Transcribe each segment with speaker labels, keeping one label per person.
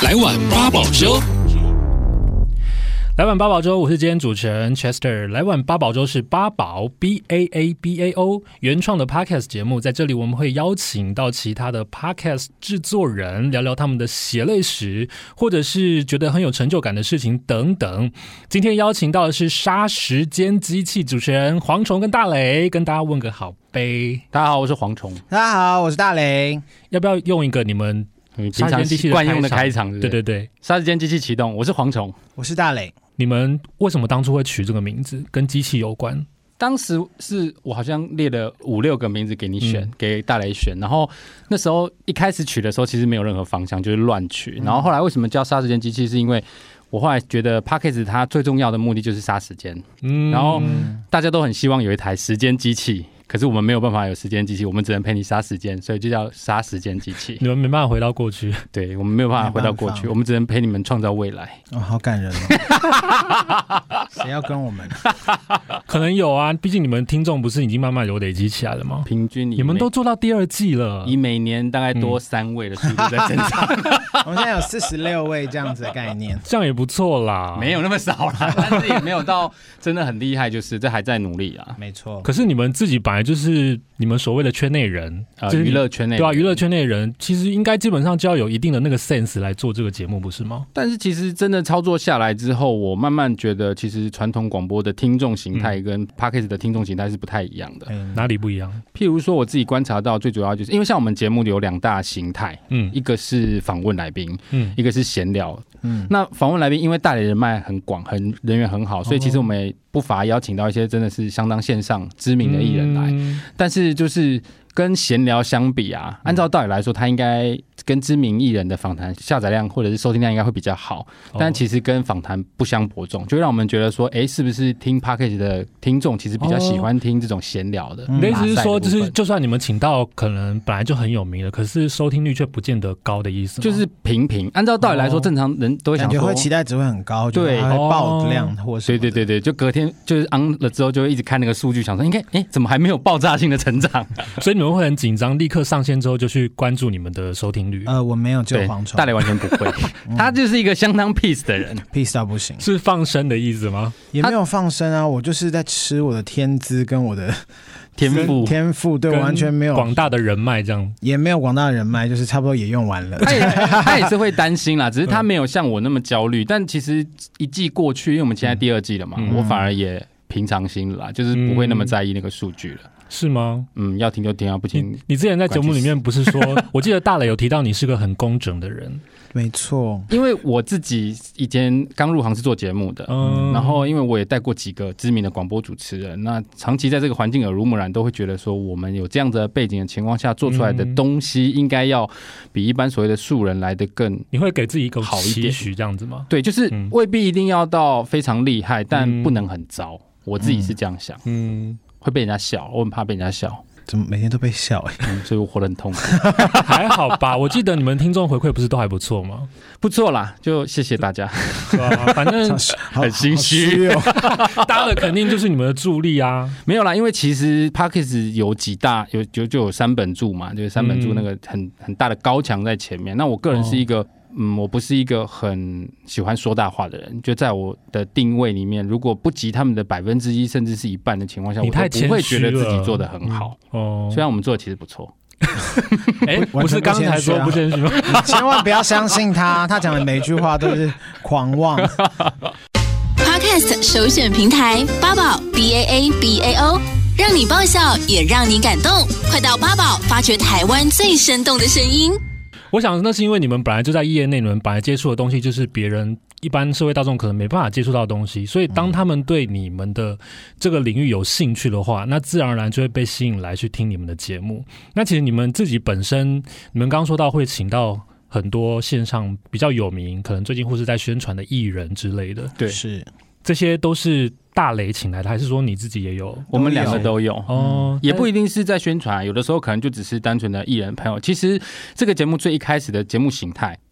Speaker 1: 来碗八宝粥。
Speaker 2: 来碗八宝粥，我是今天主持人 Chester。来碗八宝粥是八宝 BAABAO 原创的 Podcast 节目，在这里我们会邀请到其他的 Podcast 制作人，聊聊他们的血泪史，或者是觉得很有成就感的事情等等。今天邀请到的是杀时间机器主持人蝗虫跟大雷，跟大家问个好呗。
Speaker 3: 大家好，我是蝗虫。
Speaker 4: 大家好，我是大雷。
Speaker 2: 要不要用一个你们
Speaker 3: 平常惯用的开场？
Speaker 2: 对对对，
Speaker 3: 杀时间机器启动，我是蝗虫，
Speaker 4: 我是大雷。
Speaker 2: 你们为什么当初会取这个名字？跟机器有关？
Speaker 3: 当时是我好像列了5-6个名字给你选，给大雷选。然后那时候一开始取的时候，其实没有任何方向，就是乱取。然后后来为什么叫杀时间机器？是因为我后来觉得 Podcast 它最重要的目的就是杀时间。然后大家都很希望有一台时间机器。可是我们没有办法有时间机器，我们只能陪你杀时间，所以就叫杀时间机器。
Speaker 2: 你们没办法回到过去，
Speaker 3: 对，我们没有办法回到过去，我们只能陪你们创造未来。
Speaker 4: 哦，好感人哦！谁要跟我们？
Speaker 2: 可能有啊，毕竟你们听众不是已经慢慢有累积起来了吗？
Speaker 3: 平均
Speaker 2: 你们都做到第2季了，
Speaker 3: 以每年大概多3位的速度在增长。
Speaker 4: 我们现在有46位这样子的概念，
Speaker 2: 这样也不错啦。
Speaker 3: 没有那么少啦，但是也没有到真的很厉害，就是这还在努力啊。
Speaker 4: 没错。
Speaker 2: 可是你们自己本来就是你们所谓的圈内人，
Speaker 3: 娱乐圈内人，
Speaker 2: 对啊，娱乐圈内人其实应该基本上就要有一定的那个 sense 来做这个节目，不是吗？
Speaker 3: 但是其实真的操作下来之后，我慢慢觉得，其实传统广播的听众形态跟 Podcast 的听众形态是不太一样的。
Speaker 2: 哪里不一样？
Speaker 3: 譬如说，我自己观察到，最主要就是因为像我们节目有2大形态，一个是访问来宾，一个是闲聊。那访问来宾，因为大雷人脉很广，人缘很好，所以其实我们也不乏邀请到一些真的是相当线上知名的艺人来，但是就是跟闲聊相比啊，按照道理来说，它应该跟知名艺人的访谈下载量或者是收听量应该会比较好，但其实跟访谈不相伯仲，就让我们觉得说，是不是听 Podcast 的听众其实比较喜欢听这种闲聊的？
Speaker 2: 你的意思是说，就算你们请到可能本来就很有名的，可是收听率却不见得高的意思吗？
Speaker 3: 就是平平。按照道理来说，正常人都会想说，
Speaker 4: 感觉会期待值会很高，对，会爆量或是
Speaker 3: 对，就隔天就是 on 了之后，就会一直看那个数据，想说应该怎么还没有爆炸性的成长？
Speaker 2: 所以你们会很紧张，立刻上线之后就去关注你们的收听率。
Speaker 4: 我没有，只有蝗虫。
Speaker 3: 大雷完全不会，他就是一个相当 peace 的人
Speaker 4: ，peace 到不行。
Speaker 2: 是放生的意思吗？
Speaker 4: 也没有放生啊，我就是在吃我的天资跟我的天赋，对，完全没有
Speaker 2: 广大的人脉，这样
Speaker 4: 也没有广大的人脉，就是差不多也用完了。
Speaker 3: 他也是会担心啦，只是他没有像我那么焦虑。但其实一季过去，因为我们现在第2季了嘛，我反而也平常心了啦，就是不会那么在意那个数据了。是
Speaker 2: 吗？
Speaker 3: 要听就听啊，不听。
Speaker 2: 你之前在节目里面不是说，我记得大雷有提到你是个很工整的人。
Speaker 4: 没错，
Speaker 3: 因为我自己以前刚入行是做节目的，然后因为我也带过几个知名的广播主持人，那长期在这个环境耳濡目染，都会觉得说，我们有这样的背景的情况下做出来的东西，应该要比一般所谓的素人来得更。
Speaker 2: 你会给自己一个
Speaker 3: 好一点，
Speaker 2: 期许这样子吗？
Speaker 3: 对，就是未必一定要到非常厉害，但不能很糟。我自己是这样想。会被人家笑，我很怕被人家笑。
Speaker 4: 怎么每天都被笑
Speaker 3: 所以我活得很痛苦。
Speaker 2: 还好吧，我记得你们听众回馈不是都还不错吗？
Speaker 3: 不错啦，就谢谢大家。
Speaker 2: 反正
Speaker 3: 很心虚
Speaker 2: 搭的肯定就是你们的助力啊。
Speaker 3: 没有啦，因为其实 Podcast 有几大就有3本柱嘛，就是3本柱那个很大的高墙在前面。那我个人是一个我不是一个很喜欢说大话的人，就在我的定位里面，如果不及他们的1%甚至是1半的情况下，我都不会觉得自己做得很好。虽然我们做的其实不错。
Speaker 2: 不是刚才说不谦虚吗？
Speaker 4: 你千万不要相信他讲的每一句话都是狂妄。
Speaker 5: Podcast 首选平台八宝 BAABAO， 让你爆笑也让你感动，快到八宝发掘台湾最生动的声音。
Speaker 2: 我想那是因为你们本来就在业内，你们本来接触的东西就是别人一般社会大众可能没办法接触到的东西，所以当他们对你们的这个领域有兴趣的话，那自然而然就会被吸引来去听你们的节目。那其实你们自己本身，你们刚刚说到会请到很多线上比较有名，可能最近或是在宣传的艺人之类的，
Speaker 3: 对，
Speaker 4: 是
Speaker 2: 这些都是大雷请来的，还是说你自己也有？
Speaker 3: 我们2个都有也不一定是在宣传，有的时候可能就只是单纯的艺人朋友。其实这个节目最一开始的节目形态，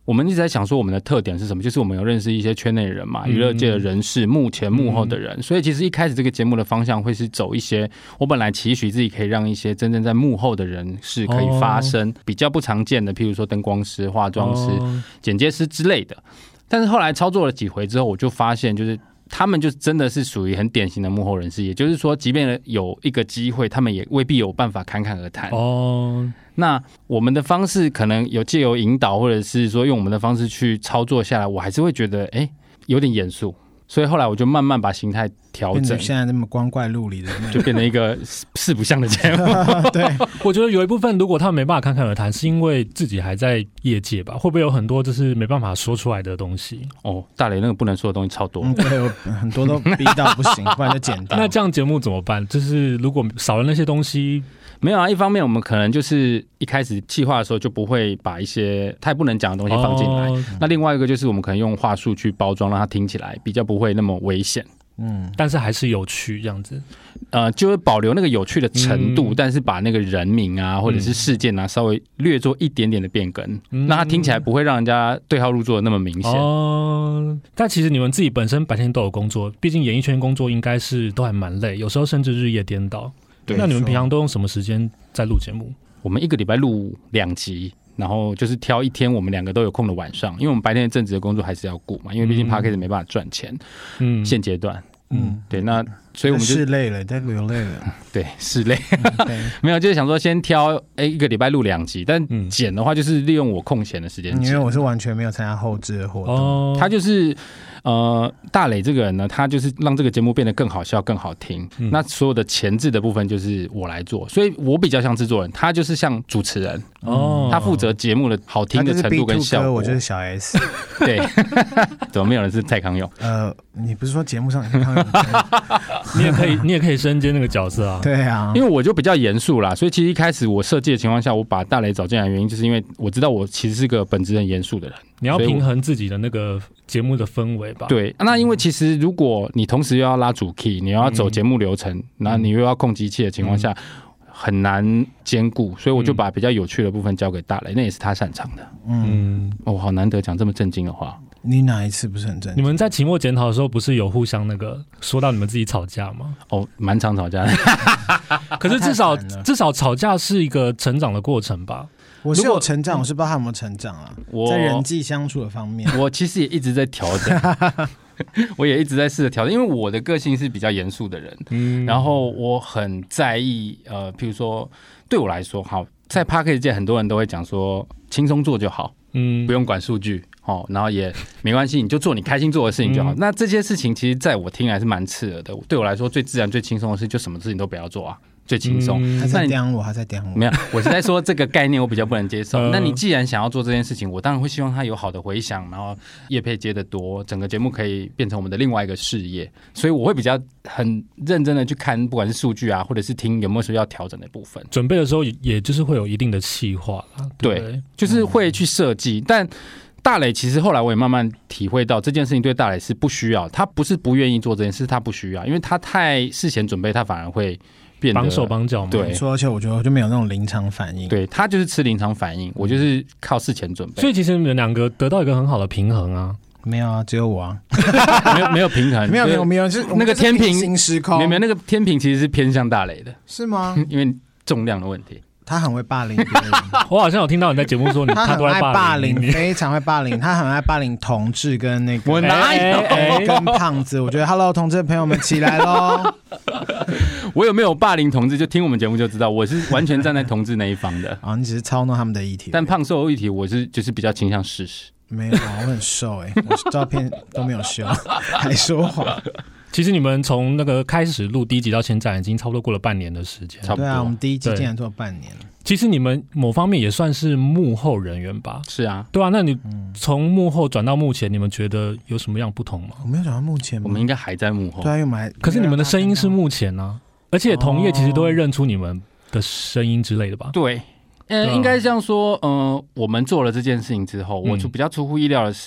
Speaker 3: 我们一直在想说我们的特点是什么，就是我们有认识一些圈内人嘛，娱乐界的人士，幕前幕后的人，所以其实一开始这个节目的方向会是走一些我本来期许自己可以让一些真正在幕后的人士可以发声，比较不常见的，譬如说灯光师、化妆师、剪接师之类的。但是后来操作了几回之后，我就发现就是他们就真的是属于很典型的幕后人士，也就是说即便有一个机会，他们也未必有办法侃侃而谈。那我们的方式可能有借由引导，或者是说用我们的方式去操作下来，我还是会觉得有点严肃。所以后来我就慢慢把形态调整，
Speaker 4: 现在那么光怪陆离的，
Speaker 3: 就变成一个四不像的节目。
Speaker 4: 对，
Speaker 2: 我觉得有一部分，如果他们没办法侃侃而谈，是因为自己还在业界吧？会不会有很多就是没办法说出来的东西？
Speaker 3: 大雷那个不能说的东西超多，
Speaker 4: 对，很多都逼到不行，不然就剪掉。
Speaker 2: 那这样节目怎么办？就是如果少了那些东西。
Speaker 3: 没有啊，一方面我们可能就是一开始企划的时候就不会把一些太不能讲的东西放进来，那另外一个就是我们可能用话术去包装，让它听起来比较不会那么危险。
Speaker 2: 但是还是有趣这样子，
Speaker 3: 就会保留那个有趣的程度，但是把那个人名啊或者是事件啊稍微略做一点点的变更，让它听起来不会让人家对号入座的那么明显。
Speaker 2: 但其实你们自己本身白天都有工作，毕竟演艺圈工作应该是都还蛮累，有时候甚至日夜颠倒。那你们平常都用什么时间在录节目？
Speaker 3: 我们一个礼拜录2集，然后就是挑一天我们2个都有空的晚上，因为我们白天的正职的工作还是要顾嘛，因为毕竟 Podcast 没办法赚钱。现阶段，对，那所以我们就
Speaker 4: 累了，在流泪了。
Speaker 3: 对，是累。没有，就是想说先挑一个礼拜录2集，但剪的话就是利用我空闲的时间剪。
Speaker 4: 因为我是完全没有参加后制的活动，
Speaker 3: 他就是大磊这个人呢，他就是让这个节目变得更好笑、更好听。那所有的前置的部分就是我来做，所以我比较像制作人，他就是像主持人。他负责节目的好听的程度跟效果。
Speaker 4: 我就是小 S。
Speaker 3: 对，怎么没有人是蔡康永？
Speaker 4: 你不是说节目上蔡康永？
Speaker 2: 你也可以身兼那个角色啊。
Speaker 4: 对啊，
Speaker 3: 因为我就比较严肃啦，所以其实一开始我设计的情况下，我把大磊找进来的原因，就是因为我知道我其实是个本质很严肃的人。
Speaker 2: 你要平衡自己的那个节目的氛围吧。
Speaker 3: 对，那因为其实如果你同时又要拉主 key， 你又要走节目流程，然后你又要控机器的情况下，很难兼顾，所以我就把比较有趣的部分交给大磊，那也是他擅长的。好难得讲这么震惊的话。
Speaker 4: 你哪一次不是很震惊？
Speaker 2: 你们在期末检讨的时候，不是有互相那个说到你们自己吵架吗？
Speaker 3: 蛮常吵架的。
Speaker 2: 可是至少吵架是一个成长的过程吧。
Speaker 4: 我是有成长，我是不知道他有没有成长啊。在人际相处的方面，
Speaker 3: 我其实也一直在调整。我也一直在试着调整，因为我的个性是比较严肃的人，然后我很在意譬如说对我来说，好，在 Podcast 界很多人都会讲说轻松做就好，不用管数据，然后也没关系，你就做你开心做的事情就好。那这些事情其实在我听来是蛮刺耳的，对我来说最自然最轻松的事就什么事情都不要做啊，最轻松。
Speaker 4: 他在刁我，
Speaker 3: 没有，我是在说这个概念我比较不能接受。那你既然想要做这件事情，我当然会希望它有好的回响，然后业配接得多，整个节目可以变成我们的另外一个事业。所以我会比较很认真的去看，不管是数据啊，或者是听有没有说要调整的部分。
Speaker 2: 准备的时候也就是会有一定的企划啦，
Speaker 3: 对，就是会去设计，但。大磊其实后来我也慢慢体会到这件事情对大磊是不需要，他不是不愿意做这件事，他不需要，因为他太事前准备，他反而会变得
Speaker 2: 绑手绑脚嘛。
Speaker 3: 对，
Speaker 4: 而且我觉得我就没有那种临场反应。
Speaker 3: 对，他就是吃临场反应，我就是靠事前准备。
Speaker 2: 所以其实你们2个得到一个很好的平衡啊。
Speaker 4: 没有啊，只有我啊，
Speaker 3: 没有平衡，
Speaker 4: 没有，就是
Speaker 3: 那个天平
Speaker 4: 平行时空，
Speaker 3: 没有那个天平其实是偏向大磊的，
Speaker 4: 是吗？
Speaker 3: 因为重量的问题。
Speaker 4: 他很会霸凌别人，
Speaker 2: 我好像有听到你在节目说他都爱霸凌，
Speaker 4: 非常会霸凌，他很爱霸凌同志跟那个
Speaker 3: 我哪有
Speaker 4: 跟胖子，我觉得 Hello 同志的朋友们起来咯。
Speaker 3: 我有没有霸凌同志，就听我们节目就知道，我是完全站在同志那一方的。
Speaker 4: 你只是操弄他们的议题，
Speaker 3: 但胖瘦的议题我是就是比较倾向事实。
Speaker 4: 没有啊，我很瘦我照片都没有修，还说谎。
Speaker 2: 其实你们从那个开始录第1集到现在，已经差不多过了半年的时间。
Speaker 4: 对啊，我们第1集竟然做了半年。
Speaker 2: 其实你们某方面也算是幕后人员吧？
Speaker 3: 是啊，
Speaker 2: 对啊。那你从幕后转到幕前，你们觉得有什么样不同吗？
Speaker 4: 我没有转到幕前吗？
Speaker 3: 我们应该还在幕后。
Speaker 4: 对啊，
Speaker 2: 可是你们的声音是幕前啊，而且同业其实都会认出你们的声音之类的吧？
Speaker 3: 对。应该这样说，我们做了这件事情之后，我比较出乎意料的是，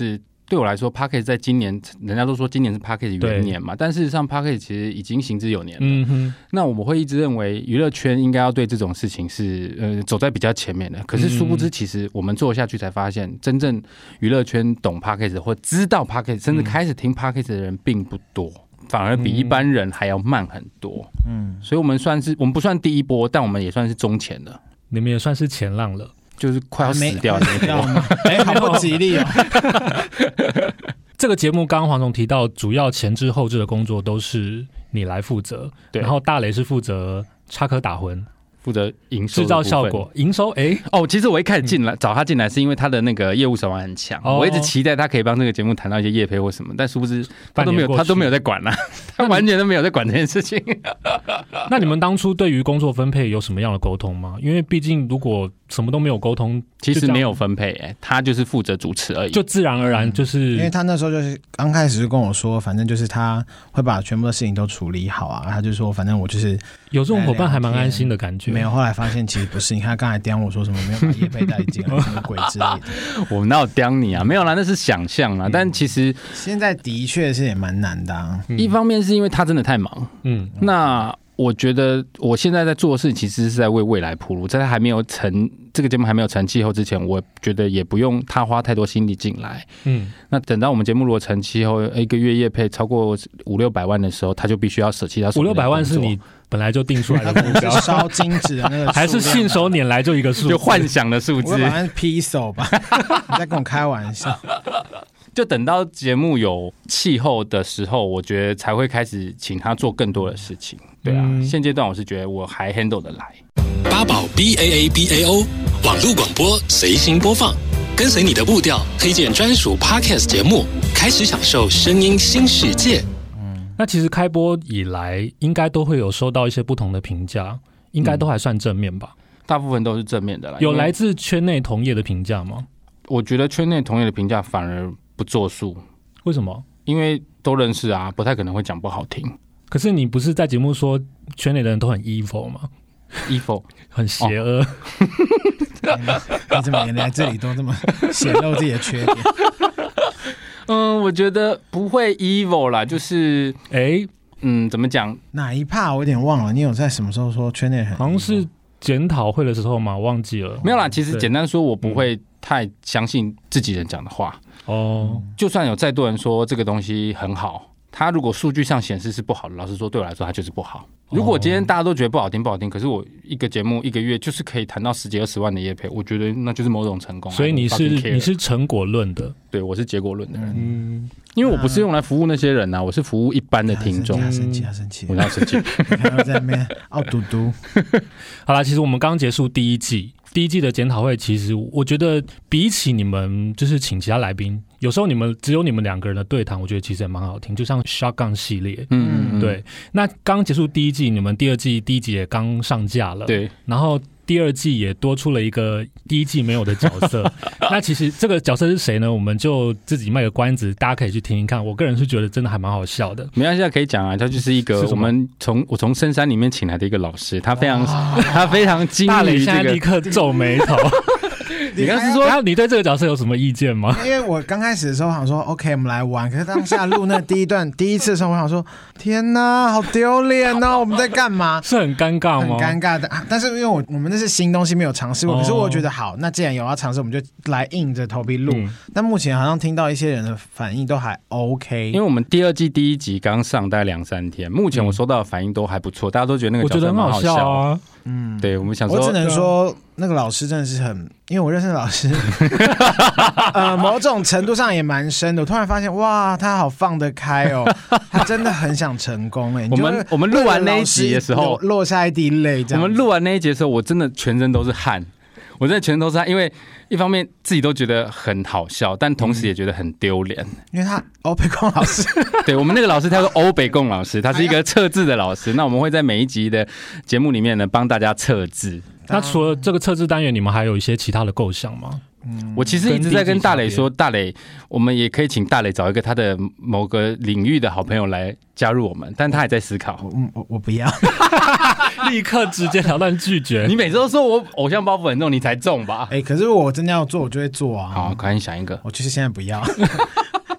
Speaker 3: 对我来说 Podcast 在今年，人家都说今年是 Podcast 元年嘛，但事实上 Podcast 其实已经行之有年了。那我们会一直认为娱乐圈应该要对这种事情是走在比较前面的，可是殊不知其实我们做下去才发现，真正娱乐圈懂 Podcast 或知道 Podcast 甚至开始听 Podcast 的人并不多，反而比一般人还要慢很多。所以我们不算第一波，但我们也算是中前了。
Speaker 2: 你们也算是前浪了。
Speaker 3: 就是快要死掉的那
Speaker 4: 种，好不吉利哦。
Speaker 2: 这个节目刚刚黄总提到，主要前置后置的工作都是你来负责，然后大雷是负责插科打诨，
Speaker 3: 负责营收
Speaker 2: 制造效果，营收
Speaker 3: 其实我一开始找他进来是因为他的那个业务手腕很强，我一直期待他可以帮这个节目谈到一些业配或什么，但殊不知他都没有在管啦，他完全都没有在管这件事情。
Speaker 2: 那你们当初对于工作分配有什么样的沟通吗？因为毕竟如果什么都没有沟通，
Speaker 3: 其实没有分配，他就是负责主持而已，
Speaker 2: 就自然而然就是，
Speaker 4: 因为他那时候就是刚开始就跟我说，反正就是他会把全部的事情都处理好啊，他就说反正我就是
Speaker 2: 有这种伙伴还蛮安心的感觉。
Speaker 4: 没有，后来发现其实不是，你看刚才刁我说什么没有把业配带进来，什么鬼之类的。
Speaker 3: 我哪有刁你啊？没有啦，那是想象啦。但其实
Speaker 4: 现在的确是也蛮难的啊。
Speaker 3: 一方面是因为他真的太忙，那我觉得我现在在做的事其实是在为未来铺路，在他还没有这个节目还没有成气候之前，我觉得也不用他花太多心力进来。那等到我们节目如果成气候，一个月业配超过500-600万的时候，他就必须要舍弃他
Speaker 2: 500-600万是你本来就定出来的目标，
Speaker 4: 烧金纸的那个，
Speaker 2: 还是信手拈来就一个数字，
Speaker 3: 就幻想的数字，
Speaker 4: 我好像劈手吧？你在跟我开玩笑？
Speaker 3: 就等到节目有气候的时候，我觉得才会开始请他做更多的事情。对啊，现阶段我是觉得我还 handle 得来。
Speaker 1: 八宝 BAABAO 网络广播随心播放，跟随你的步调，推荐专属 Podcast 节目，开始享受声音新世界。
Speaker 2: 那其实开播以来，应该都会有收到一些不同的评价，应该都还算正面吧？
Speaker 3: 大部分都是正面的啦。
Speaker 2: 有来自圈内同业的评价吗？
Speaker 3: 我觉得圈内同业的评价反而不作数。
Speaker 2: 为什么？
Speaker 3: 因为都认识啊，不太可能会讲不好听。
Speaker 2: 可是你不是在节目说圈内的人都很 evil 吗？
Speaker 3: evil
Speaker 2: 很邪恶。
Speaker 4: 你怎么连来这里都这么显露自己的缺点？
Speaker 3: 我觉得不会 evil 啦，就是怎么讲？
Speaker 4: 哪一趴我有点忘了。你有在什么时候说圈内很 evil？
Speaker 2: 好像是检讨会的时候嘛，忘记了。
Speaker 3: 没有啦，其实简单说，我不会太相信自己人讲的话。就算有再多人说这个东西很好，他如果数据上显示是不好的，老实说对我来说它就是不好。如果今天大家都觉得不好听，可是我一个节目一个业就是可以谈到10几20万的业配，我觉得那就是某种成功。
Speaker 2: 所以你是成果论的，
Speaker 3: 对，我是结果论的人。因为我不是用来服务那些人啊，我是服务一般的听众。
Speaker 4: 他生气，
Speaker 3: 我要生气。
Speaker 4: 你看他在那边嘟嘟。
Speaker 2: 好啦，其实我们刚结束第一季的检讨会，其实我觉得比起你们就是请其他来宾，有时候只有你们2个人的对谈，我觉得其实也蛮好听，就像 Shotgun 系列。对。那刚结束第一季，你们第二季第一集也刚上架了，
Speaker 3: 对。
Speaker 2: 然后第二季也多出了一个第一季没有的角色。那其实这个角色是谁呢？我们就自己卖个关子，大家可以去听听看。我个人是觉得真的还蛮好笑的。
Speaker 3: 没关系，可以讲啊，他就是一个我从深山里面请来的一个老师，他非常精于
Speaker 2: 大磊现在立刻皱眉头。
Speaker 3: 你刚是说
Speaker 2: 你对这个角色有什么意见吗？
Speaker 4: 因为我刚开始的时候想说 OK 我们来玩，可是当下录那第一次的时候，我想说天哪好丢脸哦，我们在干嘛？
Speaker 2: 是很尴尬吗？
Speaker 4: 很尴尬的。但是因为我们那是新东西没有尝试过，可是我觉得好，那既然有要尝试，我们就来硬着头皮录。但目前好像听到一些人的反应都还 OK， 因
Speaker 3: 为我们第二季第一集刚上大概2-3天，目前我收到的反应都还不错，大家都觉得那个角色蛮好笑啊。对，我们想说，
Speaker 4: 我只能说那个老师真的是很，因为我认识的老师，某种程度上也蛮深的。我突然发现，哇，他好放得开哦，他真的很想成功哎。
Speaker 3: 我们录完那一集的时候，
Speaker 4: 落下一滴泪。
Speaker 3: 我们录完那一集的时候，我真的全身都是汗。我真的全都是他，因为一方面自己都觉得很好笑，但同时也觉得很丢脸。
Speaker 4: 因为他欧北贡老师，
Speaker 3: 对，我们那个老师他说欧北贡老师，他是一个测字的老师。那我们会在每一集的节目里面呢，帮大家测字。
Speaker 2: 那除了这个测字单元，你们还有一些其他的构想吗？
Speaker 3: 我其实一直在跟大磊说，大磊，我们也可以请大磊找一个他的某个领域的好朋友来加入我们，但他还在思考。
Speaker 4: 我不要，
Speaker 2: 立刻直接了当拒绝。
Speaker 3: 你每次都说我偶像包袱很重，你才重吧？
Speaker 4: 可是我真的要做，我就会做啊。
Speaker 3: 好，赶紧想一个。
Speaker 4: 我就是现在不要。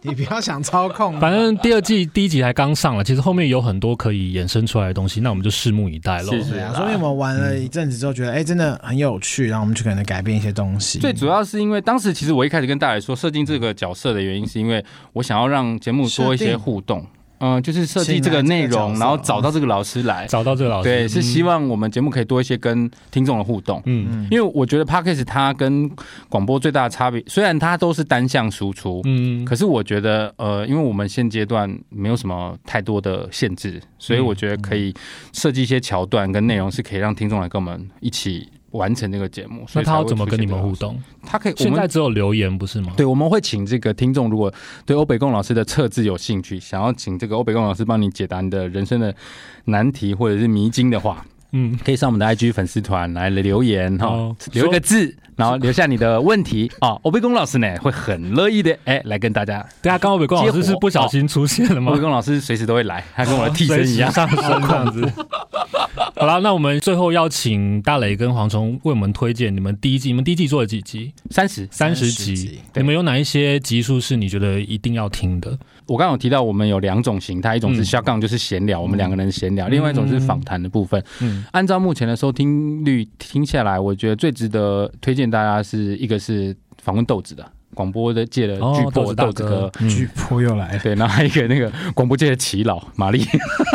Speaker 4: 你不要想操控。
Speaker 2: 反正第二季第一集才刚上了，其实后面有很多可以衍生出来的东西，那我们就拭目以待咯。
Speaker 4: 是啊，说明我们玩了一阵子之后，觉得真的很有趣，然后我们就可能改变一些东西。
Speaker 3: 最主要是因为当时其实我一开始跟大家说设定这个角色的原因，是因为我想要让节目多一些互动。就是设计这个内容，然后找到这个老师来，
Speaker 2: 找到这个老师，
Speaker 3: 对，是希望我们节目可以多一些跟听众的互动。因为我觉得 Podcast 它跟广播最大的差别，虽然它都是单向输出，可是我觉得因为我们现阶段没有什么太多的限制，所以我觉得可以设计一些桥段跟内容，是可以让听众来跟我们一起完成这个节目。
Speaker 2: 那他要怎么跟你们互动？
Speaker 3: 他可以
Speaker 2: 现在只有留言不是吗？
Speaker 3: 对，我们会请这个听众，如果对欧北共老师的测字有兴趣，想要请这个欧北共老师帮你解答你的人生的难题或者是迷津的话，可以上我们的 IG 粉丝团来留言留一个字，然后留下你的问题欧北共老师呢会很乐意的来跟大家。
Speaker 2: 对啊，刚欧北共老师是不小心出现了吗？
Speaker 3: 欧北共老师随时都会来，他跟我的替身一样
Speaker 2: 上身这样子。好了，那我们最后要请大磊跟蝗虫为我们推荐你们第一季做了几集？30集。你们有哪一些集数是你觉得一定要听的？
Speaker 3: 我刚刚有提到我们有2种形态，一种是shotgun，就是闲聊，我们2个人闲聊；另外一种是访谈的部分。按照目前的收听率听下来，我觉得最值得推荐大家是一个是访问豆子的。广播的界的巨破豆子哥，
Speaker 4: 巨破又来了。
Speaker 3: 对，然后还有一个那个广播界的耆老玛丽，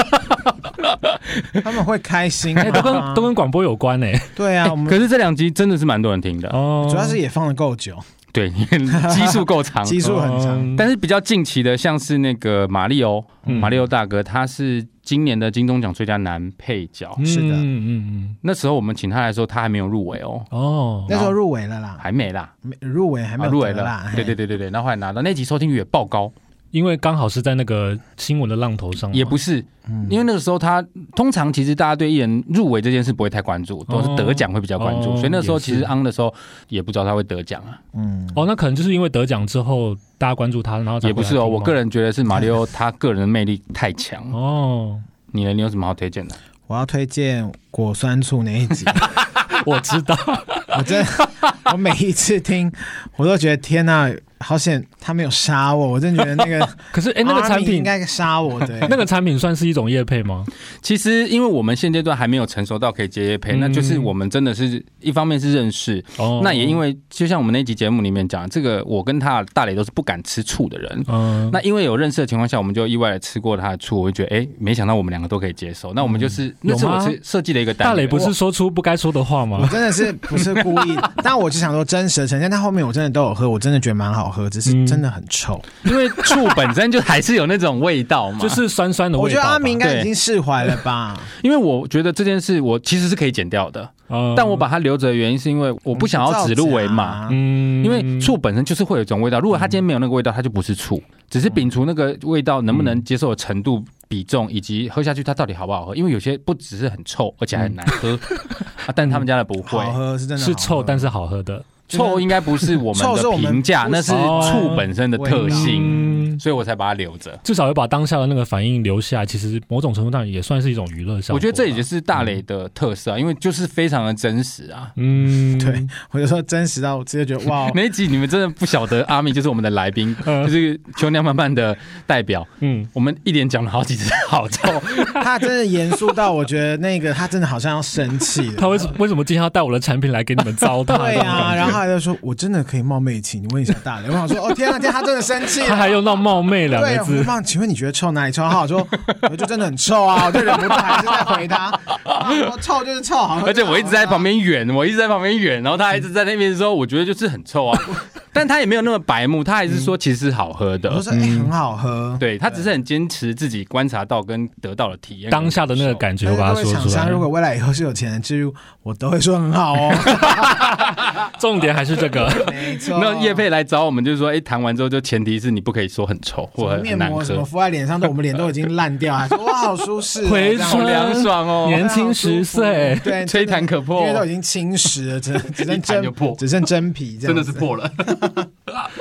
Speaker 4: 他们会开心，
Speaker 2: 都跟广播有关
Speaker 4: 对啊，
Speaker 3: 可是这2集真的是蛮多人听的
Speaker 4: 主要是也放得够久。
Speaker 3: 对，基数够长，
Speaker 4: 基数很长。
Speaker 3: 但是比较近期的，像是那个马里欧大哥，他是今年的金钟奖最佳男配角。
Speaker 4: 是的，
Speaker 3: 那时候我们请他来的时候，他还没有入围
Speaker 4: 那时候入围了啦，
Speaker 3: 还没啦，
Speaker 4: 入围还没有
Speaker 3: 入围了。对，然后后来拿到那集收听率也爆高。
Speaker 2: 因为刚好是在那个新闻的浪头上，
Speaker 3: 也不是，因为那个时候他通常其实大家对艺人入围这件事不会太关注，都是得奖会比较关注，所以那时候其实的时候也不知道他会得奖啊。
Speaker 2: 那可能就是因为得奖之后大家关注他，然后
Speaker 3: 也不是我个人觉得是马里奥他个人的魅力太强你呢？你有什么好推荐的？
Speaker 4: 我要推荐果酸醋那一集。
Speaker 2: 我知道，
Speaker 4: 我每一次听，我都觉得天哪，好险他没有杀我，我真的觉得那个
Speaker 2: 可是那个产品
Speaker 4: 应该杀我的
Speaker 2: 那个产品算是一种业配吗？
Speaker 3: 其实因为我们现阶段还没有成熟到可以接业配，那就是我们真的是一方面是认识那也因为就像我们那集节目里面讲，这个我跟他大磊都是不敢吃醋的人那因为有认识的情况下，我们就意外的吃过他的醋，我就觉得没想到我们2个都可以接受，那我们就是那是我设计的一个单元。
Speaker 2: 大磊不是说出不该说的话吗？
Speaker 4: 我真的是不是故意但我就想说真实的呈现，但后面我真的都有喝，我真的觉得蛮好喝，只是真的很臭
Speaker 3: 因为醋本身就还是有那种味道嘛，
Speaker 2: 就是酸酸的味道。
Speaker 4: 我觉得阿明应该已经释怀了吧
Speaker 3: 因为我觉得这件事我其实是可以剪掉的但我把它留着的原因是因为我不想要指鹿为马因为醋本身就是会有一种味道，如果它今天没有那个味道，它就不是醋，只是摒除那个味道能不能接受的程度比重，以及喝下去它到底好不好喝，因为有些不只是很臭而且还很难喝但是他们家的不会
Speaker 4: 好喝，是真的
Speaker 2: 是臭但是好喝的。
Speaker 3: 臭应该不是我们的评价，那是醋本身的特性所以我才把它留着，
Speaker 2: 至少要把当下的那个反应留下来，其实某种程度上也算是一种娱乐效果。
Speaker 3: 我觉得这也是大磊的特色因为就是非常的真实
Speaker 4: 对，我就说真实到我直接觉得哇那
Speaker 3: 一集你们真的不晓得阿明就是我们的来宾就是秋娘慢慢的代表我们一连讲了好几次好臭
Speaker 4: 他真的严肃到我觉得那个他真的好像要生气了
Speaker 2: 他为什么今天要带我的产品来给你们糟蹋
Speaker 4: 对啊，然后他就说我真的可以冒昧请你问一下大磊，我想说天啊他真的生气了，
Speaker 2: 他还用到冒昧2个字。
Speaker 4: 对，请问你觉得臭哪里臭？他说我就真的很臭啊，我就忍不住还是在回他说臭就是臭，
Speaker 3: 而且我一直在旁边远，然后他一直在那边说我觉得就是很臭啊但他也没有那么白目，他还是说其实好喝的，
Speaker 4: 我说很好喝，
Speaker 3: 对，他只是很坚持自己观察到跟得到的体验
Speaker 2: 当下的那个感觉，我把它说出来。
Speaker 4: 如果未来以后是有钱人植入，我都会说很好
Speaker 2: 重点还是这个
Speaker 4: 没错。
Speaker 3: 那业配来找我们就是说谈完之后就前提是你不可以说很臭或很难喝，
Speaker 4: 什么敷在脸上，我们脸都已经烂掉还说哇好舒适
Speaker 2: 回春
Speaker 3: 凉爽
Speaker 2: 年轻10岁
Speaker 4: 对，
Speaker 3: 吹弹可破，
Speaker 4: 因为都已经侵蚀了只剩真皮，
Speaker 3: 真的是破了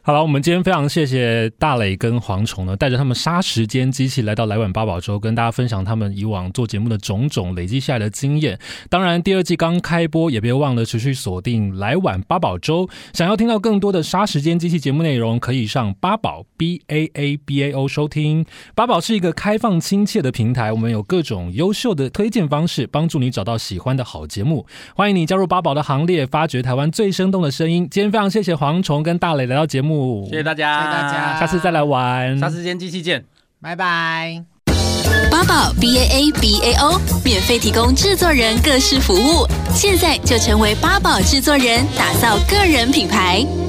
Speaker 2: 好了，我们今天非常谢谢大磊跟蝗虫呢，带着他们杀时间机器来到来晚八宝粥，跟大家分享他们以往做节目的种种累积下来的经验。当然第二季刚开播，也别忘了持续锁定来晚八宝粥。想要听到更多的杀时间机器节目内容，可以上八宝 BAABAO 收听。八宝是一个开放亲切的平台，我们有各种优秀的推荐方式，帮助你找到喜欢的好节目。欢迎你加入八宝的行列，发掘台湾最生动的声音。今天非常谢谢蝗虫跟大磊来到节目，
Speaker 3: 谢谢大家，
Speaker 4: 谢谢大家，
Speaker 2: 下次再来玩，
Speaker 3: 杀时间机器见，
Speaker 4: 拜拜。
Speaker 5: 八宝 BAABAO 免费提供制作人各式服务，现在就成为八宝制作人，打造个人品牌。